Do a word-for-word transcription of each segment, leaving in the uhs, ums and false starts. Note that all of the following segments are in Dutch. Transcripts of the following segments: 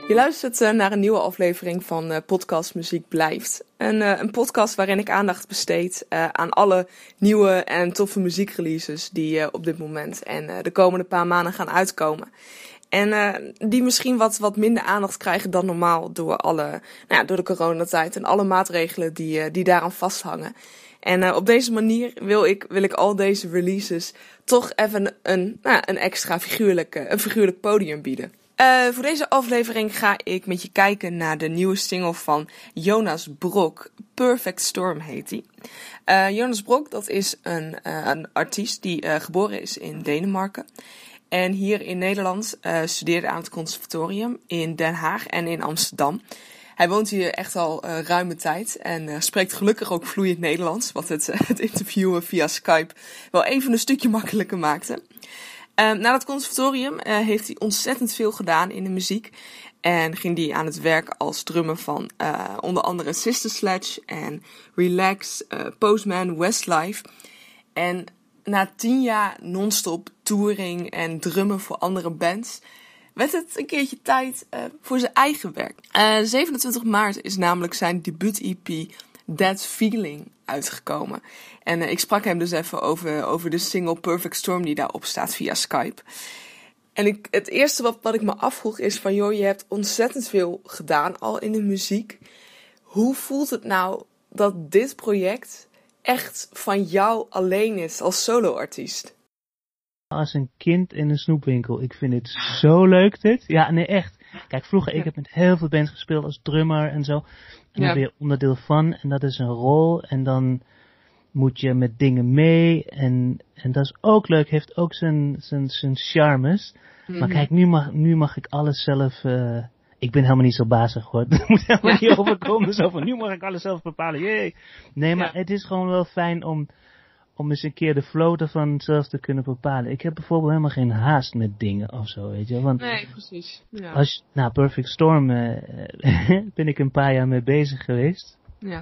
Je luistert uh, naar een nieuwe aflevering van uh, podcast Muziek Blijft. Een, uh, een podcast waarin ik aandacht besteed uh, aan alle nieuwe en toffe muziekreleases die uh, op dit moment en uh, de komende paar maanden gaan uitkomen. En uh, die misschien wat, wat minder aandacht krijgen dan normaal door, alle, nou ja, door de coronatijd en alle maatregelen die, uh, die daaraan vasthangen. En uh, op deze manier wil ik, wil ik al deze releases toch even een, nou, een extra figuurlijk, uh, een figuurlijk podium bieden. Uh, voor deze aflevering ga ik met je kijken naar de nieuwe single van Jonas Brok. Perfect Storm heet die. Uh, Jonas Brok, dat is een, uh, een artiest die uh, geboren is in Denemarken. En hier in Nederland uh, studeerde aan het conservatorium in Den Haag en in Amsterdam. Hij woont hier echt al uh, ruime tijd en uh, spreekt gelukkig ook vloeiend Nederlands. Wat het, uh, het interviewen via Skype wel even een stukje makkelijker maakte. Uh, na dat conservatorium uh, heeft hij ontzettend veel gedaan in de muziek. En ging hij aan het werk als drummer van uh, onder andere Sister Sledge en Relax, uh, Postman, Westlife. En na tien jaar non-stop touring en drummen voor andere bands werd het een keertje tijd uh, voor zijn eigen werk. Uh, zevenentwintig maart is namelijk zijn debuut-E P That Feeling uitgekomen. En uh, ik sprak hem dus even over, over de single Perfect Storm die daarop staat via Skype. En ik, het eerste wat, wat ik me afvroeg is van, joh, je hebt ontzettend veel gedaan al in de muziek. Hoe voelt het nou dat dit project echt van jou alleen is als solo-artiest? Als een kind in een snoepwinkel. Ik vind het zo leuk dit. Ja, nee, echt. Kijk, vroeger, ik heb met heel veel bands gespeeld als drummer en zo. En ja. Dan ben je onderdeel van en dat is een rol. En dan moet je met dingen mee. En, en dat is ook leuk, heeft ook zijn, zijn, zijn charmes. Mm-hmm. Maar kijk, nu mag, nu mag ik alles zelf. Uh, ik ben helemaal niet zo bazig hoor. Dat moet helemaal niet overkomen. Zo van, nu mag ik alles zelf bepalen. Yay. Nee, maar ja. Het is gewoon wel fijn om, om eens een keer de flow ervan zelf te kunnen bepalen. Ik heb bijvoorbeeld helemaal geen haast met dingen of zo, weet je. Want nee, precies. Ja. Als, nou, Perfect Storm uh, ben ik een paar jaar mee bezig geweest. Ja.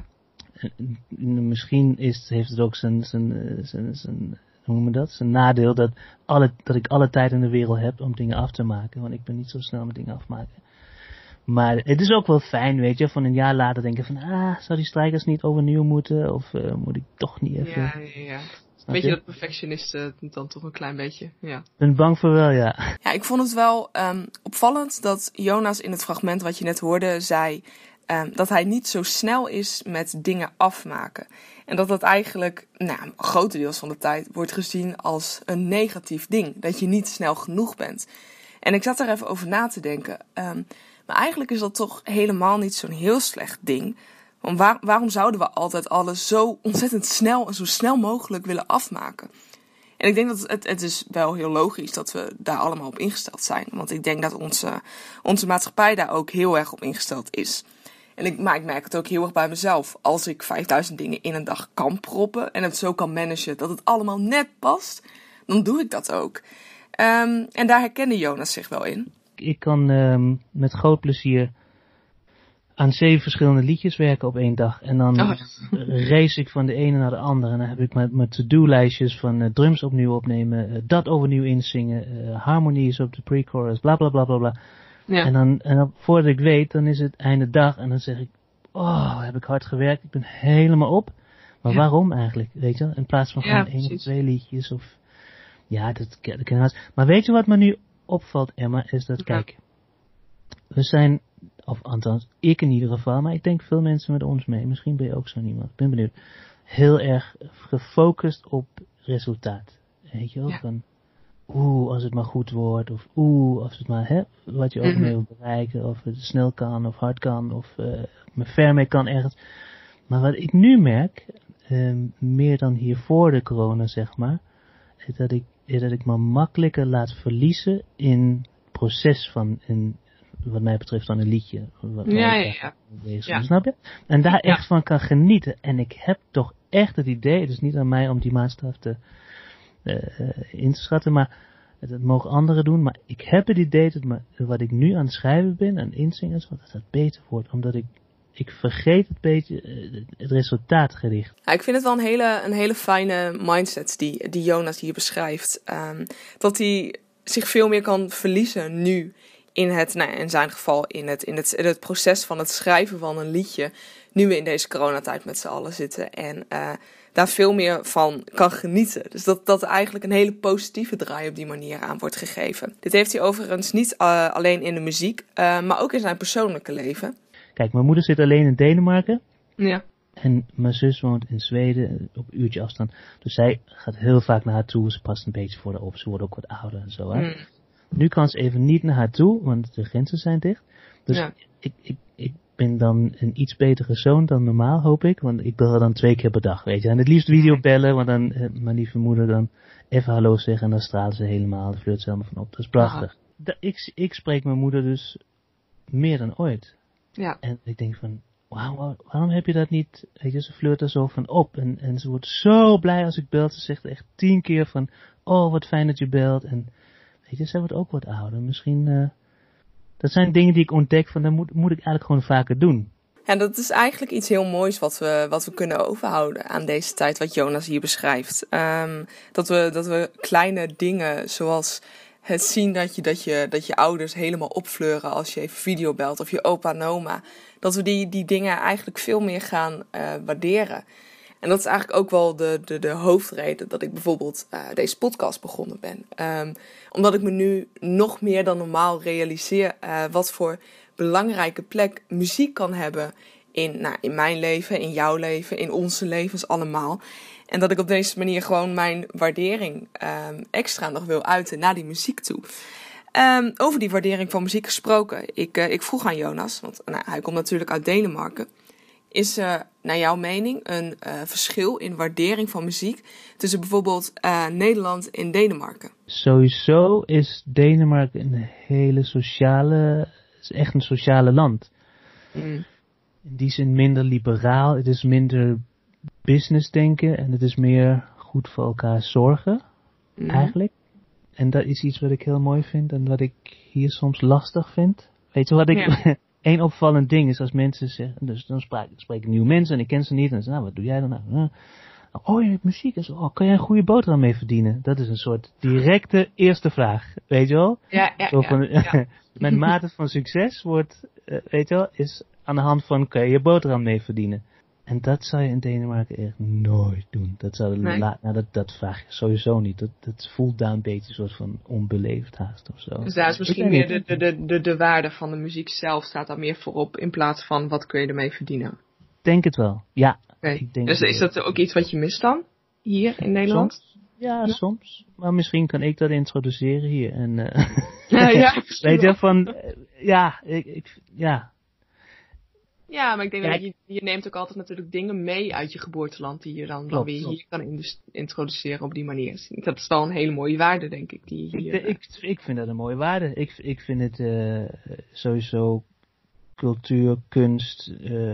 Misschien is, heeft het ook zijn, zijn, zijn, zijn, hoe noem je dat? Zijn nadeel dat, alle, dat ik alle tijd in de wereld heb om dingen af te maken. Want ik ben niet zo snel met dingen afmaken. Maar het is ook wel fijn, weet je, van een jaar later denken van, ah, zou die strijkers niet overnieuw moeten? Of uh, moet ik toch niet even? Ja, ja, ja. Weet je dat perfectionist uh, dan toch een klein beetje, ja. Ik ben bang voor wel, ja. Ja, ik vond het wel um, opvallend dat Jonas in het fragment wat je net hoorde zei Um, dat hij niet zo snel is met dingen afmaken. En dat dat eigenlijk, nou, grotendeels van de tijd wordt gezien als een negatief ding. Dat je niet snel genoeg bent. En ik zat er even over na te denken. Um, maar eigenlijk is dat toch helemaal niet zo'n heel slecht ding. Want waar, waarom zouden we altijd alles zo ontzettend snel en zo snel mogelijk willen afmaken? En ik denk dat het, het is wel heel logisch dat we daar allemaal op ingesteld zijn. Want ik denk dat onze, onze maatschappij daar ook heel erg op ingesteld is. En ik, maar ik merk het ook heel erg bij mezelf. Als ik vijfduizend dingen in een dag kan proppen en het zo kan managen dat het allemaal net past, dan doe ik dat ook. Um, en daar herkende Jonas zich wel in. Ik kan um, met groot plezier aan zeven verschillende liedjes werken op één dag. En dan oh. race ik van de ene naar de andere. En dan heb ik mijn, mijn to-do-lijstjes van uh, drums opnieuw opnemen, uh, dat overnieuw insingen, uh, harmonies op de pre-chorus, bla bla bla bla bla. Ja. En dan, en dan, voordat ik weet, dan is het einde dag en dan zeg ik, oh, heb ik hard gewerkt, ik ben helemaal op. Maar ja. Waarom eigenlijk, weet je? In plaats van gewoon ja, één of twee liedjes of, ja, dat, dat ken ik. Maar weet je wat me nu opvalt, Emma, is dat, ja. Kijk, we zijn, of althans, ik in ieder geval, maar ik denk veel mensen met ons mee, misschien ben je ook zo iemand, ik ben benieuwd, heel erg gefocust op resultaat, weet je wel, ja. Van, oeh, als het maar goed wordt, of oeh, als het maar, hè, wat je ook mm-hmm. mee wil bereiken, of het snel kan, of hard kan, of uh, me ver mee kan ergens. Maar wat ik nu merk, um, meer dan hier voor de corona, zeg maar, is dat ik, is dat ik me makkelijker laat verliezen in het proces van een, wat mij betreft dan een liedje. Wat ja, ja, ja. Bezig, ja. Snap je? En daar echt ja. van kan genieten. En ik heb toch echt het idee, het is niet aan mij om die maatstaf te Uh, in te schatten, maar dat mogen anderen doen, maar ik heb het idee dat me, wat ik nu aan het schrijven ben, aan inzingen, dat dat beter wordt, omdat ik ik vergeet het beetje uh, het resultaatgericht. Ja, ik vind het wel een hele, een hele fijne mindset die, die Jonas hier beschrijft. Um, dat hij zich veel meer kan verliezen nu in het, nou, in zijn geval, in het, in, het, in het proces van het schrijven van een liedje, nu we in deze coronatijd met z'n allen zitten. En uh, daar veel meer van kan genieten. Dus dat, dat eigenlijk een hele positieve draai op die manier aan wordt gegeven. Dit heeft hij overigens niet uh, alleen in de muziek, uh, maar ook in zijn persoonlijke leven. Kijk, mijn moeder zit alleen in Denemarken. Ja. En mijn zus woont in Zweden op een uurtje afstand. Dus zij gaat heel vaak naar haar toe. Ze past een beetje voor haar op. Ze wordt ook wat ouder en zo. Hè? Mm. Nu kan ze even niet naar haar toe, want de grenzen zijn dicht. Dus ja. ik, ik, ik ben dan een iets betere zoon dan normaal, hoop ik. Want ik bel haar dan twee keer per dag, weet je. En het liefst videobellen, want dan uh, mijn lieve moeder dan even hallo zeggen. En dan stralen ze helemaal, de flirt ze helemaal van op. Dat is prachtig. Da, ik, ik spreek mijn moeder dus meer dan ooit. Ja. En ik denk van, wauw, waarom heb je dat niet? Weet je, ze flirt er zo van op. En, en ze wordt zo blij als ik bel. Ze zegt echt tien keer van, oh, wat fijn dat je belt. En weet je, zij wordt ook wat ouder. Misschien, uh, dat zijn dingen die ik ontdek van, dat moet, moet ik eigenlijk gewoon vaker doen. Ja, dat is eigenlijk iets heel moois wat we, wat we kunnen overhouden aan deze tijd, wat Jonas hier beschrijft. Um, dat we, dat we kleine dingen, zoals het zien dat je, dat je, dat je ouders helemaal opfleuren als je even videobelt, of je opa en oma, dat we die, die dingen eigenlijk veel meer gaan uh, waarderen. En dat is eigenlijk ook wel de, de, de hoofdreden dat ik bijvoorbeeld uh, deze podcast begonnen ben. Um, omdat ik me nu nog meer dan normaal realiseer uh, wat voor belangrijke plek muziek kan hebben in, nou, in mijn leven, in jouw leven, in onze levens allemaal. En dat ik op deze manier gewoon mijn waardering um, extra nog wil uiten naar die muziek toe. Um, over die waardering van muziek gesproken. Ik, uh, ik vroeg aan Jonas, want nou, hij komt natuurlijk uit Denemarken. Is er, naar jouw mening, een uh, verschil in waardering van muziek tussen bijvoorbeeld uh, Nederland en Denemarken? Sowieso is Denemarken een hele sociale, is echt een sociale land. Mm. In die zin minder liberaal, het is minder business denken en het is meer goed voor elkaar zorgen, mm. eigenlijk. En dat is iets wat ik heel mooi vind en wat ik hier soms lastig vind. Weet je wat ik... Ja. Eén opvallend ding is als mensen zeggen, dus dan spreek, spreek ik nieuwe mensen en ik ken ze niet. En dan zeggen, nou, wat doe jij dan nou? Oh, je hebt muziek. En zo, oh, kan jij een goede boterham mee verdienen? Dat is een soort directe eerste vraag, weet je wel? Ja, ja, zo van, ja, ja. Mijn mate van succes wordt, uh, weet je wel, is aan de hand van, kan je je boterham mee verdienen? En dat zou je in Denemarken echt nooit doen. Dat, zou nee. la- nou, dat, dat vraag je sowieso niet. Dat, dat voelt daar een beetje een soort van onbeleefd haast of zo. Dus daar is misschien meer de, de, de, de, de waarde van de muziek zelf staat daar meer voorop in plaats van wat kun je ermee verdienen. Denk het wel, ja. Okay. Ik denk dus is dat ook iets wat je mist dan? Hier in Nederland? Soms, ja, ja, soms. Maar misschien kan ik dat introduceren hier. En, uh, ja, ja. Weet je, van, uh, ja, ik, ik, ja. Ja, maar ik denk ja, dat je, je neemt ook altijd natuurlijk dingen mee uit je geboorteland die je dan, klopt, dan weer klopt. hier kan indus- introduceren op die manier. Dat is wel een hele mooie waarde, denk ik. Die hier, ik, ik, ik vind dat een mooie waarde. Ik, ik vind het uh, sowieso cultuur, kunst,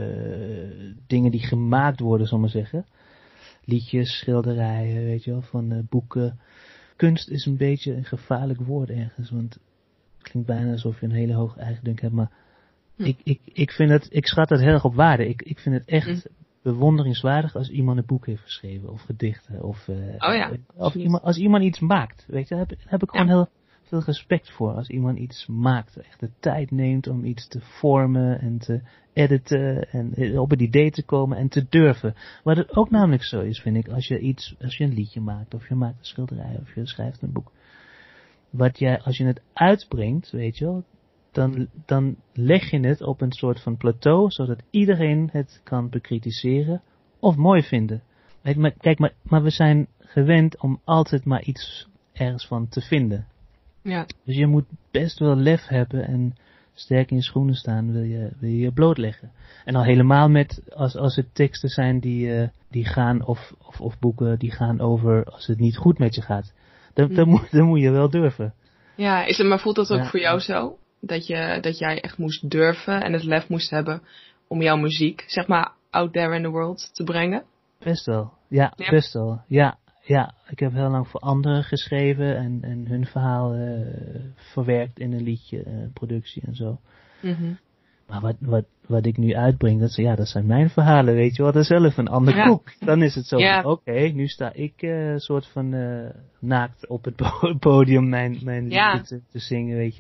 uh, dingen die gemaakt worden, zal ik maar zeggen. Liedjes, schilderijen, weet je wel, van uh, boeken. Kunst is een beetje een gevaarlijk woord ergens, want het klinkt bijna alsof je een hele hoge eigendunk hebt, maar Hm. Ik, ik, ik vind het, ik schat het heel erg op waarde. Ik, ik vind het echt hm. bewonderingswaardig als iemand een boek heeft geschreven, of gedichten, of, uh, oh ja. of iemand, als iemand iets maakt, weet je, daar heb, heb ik gewoon ja. heel veel respect voor. Als iemand iets maakt, echt de tijd neemt om iets te vormen en te editen en op het idee te komen en te durven. Wat het ook namelijk zo is, vind ik, als je iets, als je een liedje maakt, of je maakt een schilderij, of je schrijft een boek. Wat jij, als je het uitbrengt, weet je wel, Dan, dan leg je het op een soort van plateau, zodat iedereen het kan bekritiseren of mooi vinden. Kijk, maar, kijk, maar, maar we zijn gewend om altijd maar iets ergens van te vinden. Ja. Dus je moet best wel lef hebben en sterk in je schoenen staan, wil je wil je, je blootleggen. En al helemaal met, als, als het teksten zijn die, uh, die gaan, of, of, of boeken die gaan over als het niet goed met je gaat. Dan, hm. dan, moet, dan moet je wel durven. Ja, is het, maar voelt dat ook ja. voor jou zo? Dat, je, dat jij echt moest durven en het lef moest hebben om jouw muziek, zeg maar, out there in the world te brengen? Best wel, ja, ja. best wel. Ja, ja, ik heb heel lang voor anderen geschreven en, en hun verhaal uh, verwerkt in een liedje, uh, productie en zo. Mm-hmm. Maar wat, wat, wat ik nu uitbreng, dat, ja, dat zijn mijn verhalen, weet je wel, dat is zelf een ander ja. koek. Dan is het zo, ja. oké, okay, nu sta ik uh, soort van uh, naakt op het podium mijn, mijn ja. liedje te, te zingen, weet je wel.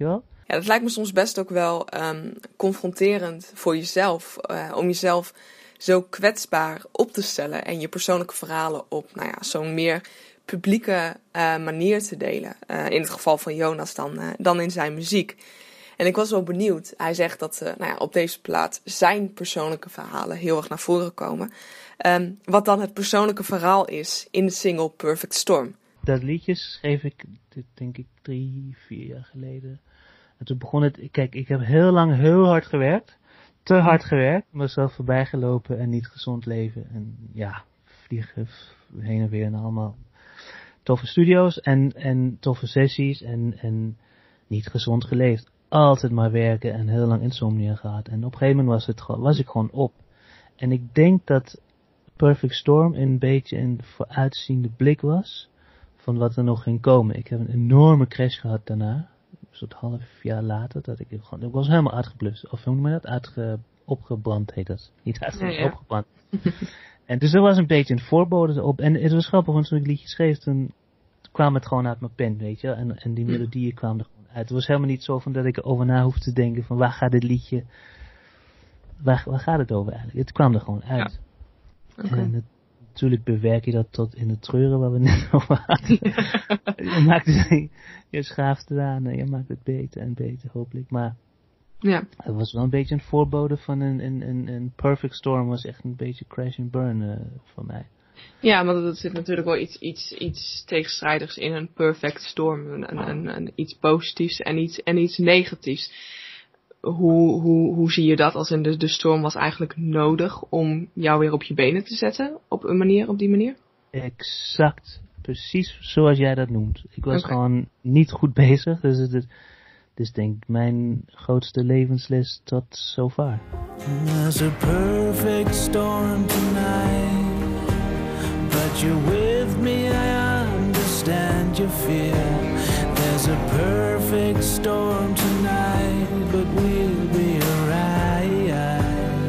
Ja, dat lijkt me soms best ook wel um, confronterend voor jezelf. Uh, om jezelf zo kwetsbaar op te stellen en je persoonlijke verhalen op nou ja, zo'n meer publieke uh, manier te delen. Uh, in het geval van Jonas dan, uh, dan in zijn muziek. En ik was wel benieuwd. Hij zegt dat uh, nou ja, op deze plaat zijn persoonlijke verhalen heel erg naar voren komen. Um, wat dan het persoonlijke verhaal is in de single Perfect Storm. Dat liedje schreef ik, denk ik, drie, vier jaar geleden. En toen begon het, kijk, ik heb heel lang heel hard gewerkt. Te hard gewerkt, mezelf voorbij gelopen en niet gezond leven. En ja, vliegen heen en weer en allemaal toffe studio's en, en toffe sessies en, en niet gezond geleefd. Altijd maar werken en heel lang insomnia gehad. En op een gegeven moment was, het, was ik gewoon op. En ik denk dat Perfect Storm een beetje een vooruitziende blik was van wat er nog ging komen. Ik heb een enorme crash gehad daarna. Een soort half jaar later. Dat ik, gewoon, ik was helemaal uitgeblust. Of hoe noem je dat? Uitge, opgebrand heet dat. Niet uitgeblust, ja, ja. Opgebrand. En dus er was een beetje een voorbode op. En het was grappig, want toen ik het liedje schreef, toen kwam het gewoon uit mijn pen, weet je. En, en die melodieën kwamen er gewoon uit. Het was helemaal niet zo van dat ik erover na hoefde te denken van waar gaat dit liedje, waar, waar gaat het over eigenlijk? Het kwam er gewoon uit. Ja. Okay. En het, natuurlijk bewerk je dat tot in het treuren waar we net over hadden. Ja. Je maakt het, je schaaft het aan en je maakt het beter en beter, hopelijk. Maar ja. Het was wel een beetje een voorbode van een, een, een, een Perfect Storm. Was echt een beetje crash and burn uh, voor mij. Ja, maar er zit natuurlijk wel iets, iets, iets tegenstrijdigs in een Perfect Storm. Een, een, een, een, iets positiefs en iets, en iets negatiefs. Hoe, hoe, hoe zie je dat als in de, de storm was eigenlijk nodig om jou weer op je benen te zetten? Op een manier, op die manier? Exact. Precies zoals jij dat noemt. Ik was okay. gewoon niet goed bezig. Dus het is dus denk ik mijn grootste levensles tot zover. There's a perfect storm tonight, but you're with me, I understand your fear. There's a perfect storm tonight, but we'll be alright.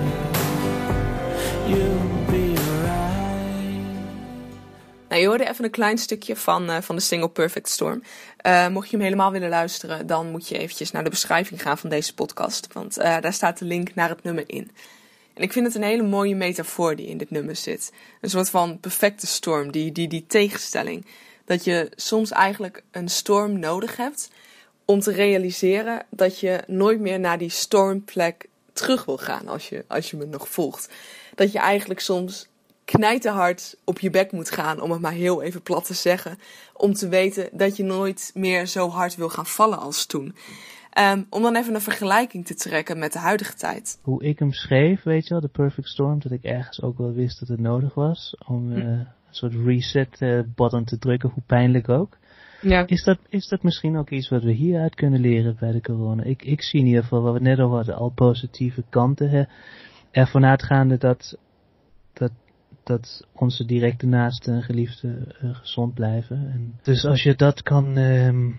You'll be alright. Nou, je hoorde even een klein stukje van, uh, van de single Perfect Storm. Uh, mocht je hem helemaal willen luisteren, dan moet je eventjes naar de beschrijving gaan van deze podcast. Want uh, daar staat de link naar het nummer in. En ik vind het een hele mooie metafoor die in dit nummer zit. Een soort van perfecte storm, die, die, die tegenstelling. Dat je soms eigenlijk een storm nodig hebt om te realiseren dat je nooit meer naar die stormplek terug wil gaan als je, als je me nog volgt. Dat je eigenlijk soms knijterhard op je bek moet gaan, om het maar heel even plat te zeggen, om te weten dat je nooit meer zo hard wil gaan vallen als toen. Um, om dan even een vergelijking te trekken met de huidige tijd. Hoe ik hem schreef, weet je wel, de Perfect Storm, dat ik ergens ook wel wist dat het nodig was om uh, een soort reset uh, button te drukken, hoe pijnlijk ook. Ja. Is dat, is dat misschien ook iets wat we hieruit kunnen leren bij de corona? Ik, ik zie in ieder geval, wat we net over hadden, al positieve kanten. Hè, ervan uitgaande dat, dat, dat onze directe naasten en geliefden uh, gezond blijven. En dus als je dat kan um,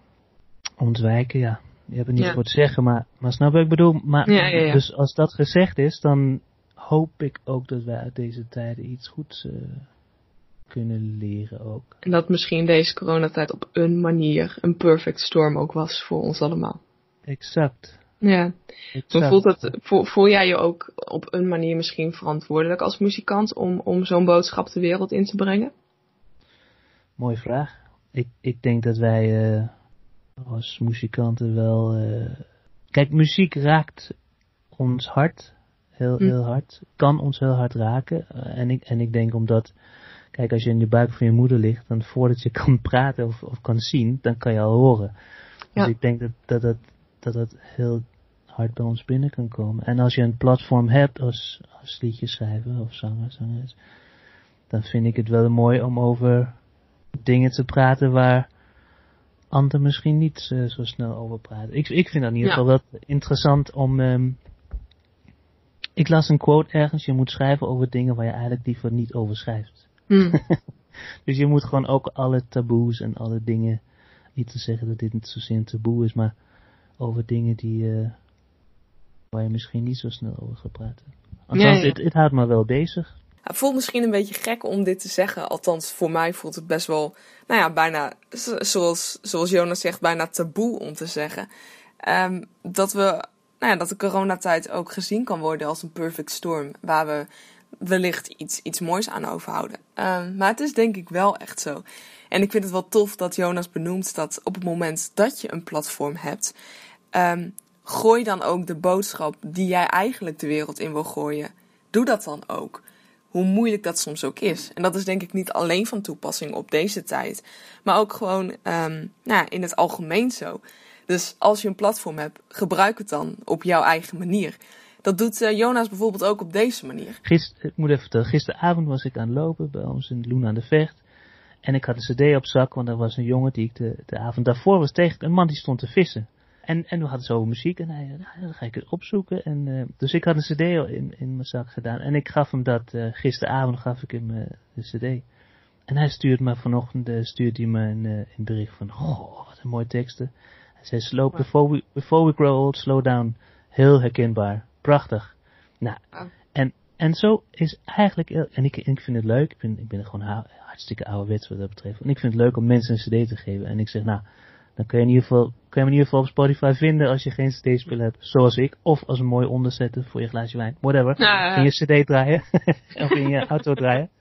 ontwijken, ja. Je hebt het niet ja. voor te zeggen, maar, maar snap wat ik bedoel? Maar, ja, ja, ja. Dus als dat gezegd is, dan hoop ik ook dat wij uit deze tijden iets goeds uh, kunnen leren ook. En dat misschien deze coronatijd op een manier een perfect storm ook was voor ons allemaal. Exact. Ja. Exact. Maar voelt dat, voel, voel jij je ook op een manier misschien verantwoordelijk als muzikant om, om zo'n boodschap de wereld in te brengen? Mooie vraag. Ik, ik denk dat wij uh, als muzikanten wel... Uh, kijk, muziek raakt ons hart. Heel, hm. heel hard. Kan ons heel hard raken. Uh, en, ik, en ik denk omdat... Kijk, als je in de buik van je moeder ligt, dan voordat je kan praten of, of kan zien, dan kan je al horen. Ja. Dus ik denk dat dat, dat, dat dat heel hard bij ons binnen kan komen. En als je een platform hebt als, als liedjeschrijver of zanger, zangeres, dan vind ik het wel mooi om over dingen te praten waar anderen misschien niet uh, zo snel over praten. Ik, ik vind dat in ieder geval ja. wel interessant om... Um, ik las een quote ergens, je moet schrijven over dingen waar je eigenlijk liever niet over schrijft. Mm. Dus je moet gewoon ook alle taboes en alle dingen, niet te zeggen dat dit niet zozeer een taboe is, maar over dingen die uh, waar je misschien niet zo snel over gaat praten. Althans, ja, ja. Het, het houdt me wel bezig. Het voelt misschien een beetje gek om dit te zeggen. Althans, voor mij voelt het best wel, nou ja, bijna, zoals, zoals Jonas zegt, bijna taboe om te zeggen. Um, dat we, nou ja, dat de coronatijd ook gezien kan worden als een perfect storm. Waar we wellicht iets, iets moois aan overhouden. Um, maar het is denk ik wel echt zo. En ik vind het wel tof dat Jonas benoemt dat op het moment dat je een platform hebt, um, gooi dan ook de boodschap die jij eigenlijk de wereld in wil gooien. Doe dat dan ook. Hoe moeilijk dat soms ook is. En dat is denk ik niet alleen van toepassing op deze tijd. Maar ook gewoon um, nou, in het algemeen zo. Dus als je een platform hebt, gebruik het dan op jouw eigen manier. Dat doet uh, Jonas bijvoorbeeld ook op deze manier. Gister, ik moet even vertellen, gisteravond was ik aan het lopen bij ons in Loen aan de Vecht. En ik had een cd op zak, want er was een jongen die ik de, de avond daarvoor was tegen. Een man die stond te vissen. En, en we hadden zo muziek en hij zei, nou, dan ga ik het opzoeken. En, uh, dus ik had een cd in, in mijn zak gedaan. En ik gaf hem dat, uh, gisteravond gaf ik hem uh, de cd. En hij stuurt me vanochtend, uh, stuurt hij me een, uh, een bericht van, oh, wat een mooie teksten. Hij zei, slow, before we, before we grow old, slow down. Heel herkenbaar. Prachtig. Nou, oh. en, en zo is eigenlijk, en ik, en ik vind het leuk, ik ben, ik ben gewoon ha- hartstikke ouderwets wat dat betreft. En ik vind het leuk om mensen een cd te geven. En ik zeg, nou, dan kun je in ieder geval, kun je hem in ieder geval op Spotify vinden als je geen cd-speler hebt, zoals ik. Of als een mooi onderzetten voor je glaasje wijn. Whatever. Ja, in je cd draaien. Of in je auto draaien.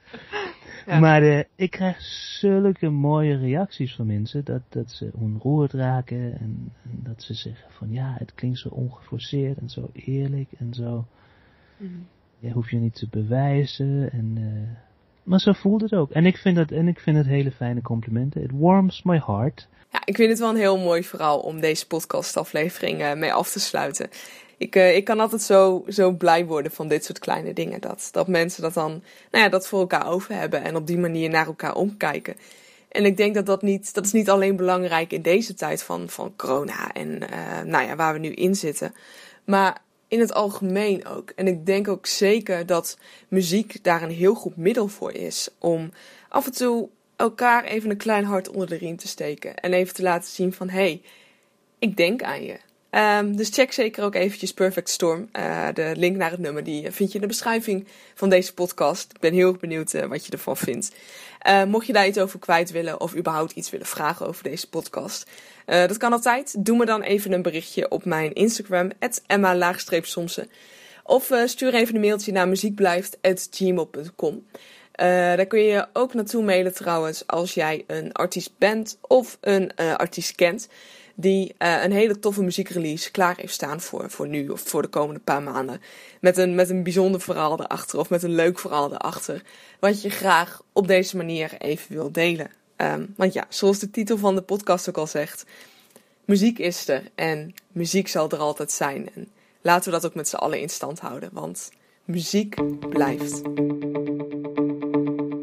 Ja. Maar uh, ik krijg zulke mooie reacties van mensen, dat, dat ze onroerd raken en, en dat ze zeggen van ja, het klinkt zo ongeforceerd en zo eerlijk en zo. Mm. Ja, hoef je niet te bewijzen en... Uh, maar zo voelt het ook. En ik vind het, en ik vind het hele fijne complimenten. It warms my heart. Ja, ik vind het wel een heel mooi verhaal om deze podcastaflevering uh, mee af te sluiten. Ik, uh, ik kan altijd zo, zo blij worden van dit soort kleine dingen. Dat, dat mensen dat dan, nou ja, dat voor elkaar over hebben en op die manier naar elkaar omkijken. En ik denk dat dat niet, dat is niet alleen belangrijk in deze tijd van, van corona en uh, nou ja, waar we nu in zitten. Maar in het algemeen ook. En ik denk ook zeker dat muziek daar een heel goed middel voor is. Om af en toe elkaar even een klein hart onder de riem te steken. En even te laten zien van, hé, hey, ik denk aan je. Um, dus check zeker ook eventjes Perfect Storm. Uh, de link naar het nummer die vind je in de beschrijving van deze podcast. Ik ben heel erg benieuwd uh, wat je ervan vindt. Uh, mocht je daar iets over kwijt willen of überhaupt iets willen vragen over deze podcast. Uh, dat kan altijd. Doe me dan even een berichtje op mijn Instagram, at emma somsen. Of uh, stuur even een mailtje naar muziekblijft at gmail punt com. Uh, daar kun je ook naartoe mailen trouwens als jij een artiest bent of een uh, artiest kent die uh, een hele toffe muziekrelease klaar heeft staan voor, voor nu of voor de komende paar maanden. Met een, met een bijzonder verhaal erachter of met een leuk verhaal erachter. Wat je graag op deze manier even wil delen. Um, want ja, zoals de titel van de podcast ook al zegt, muziek is er en muziek zal er altijd zijn. En laten we dat ook met z'n allen in stand houden, want muziek blijft.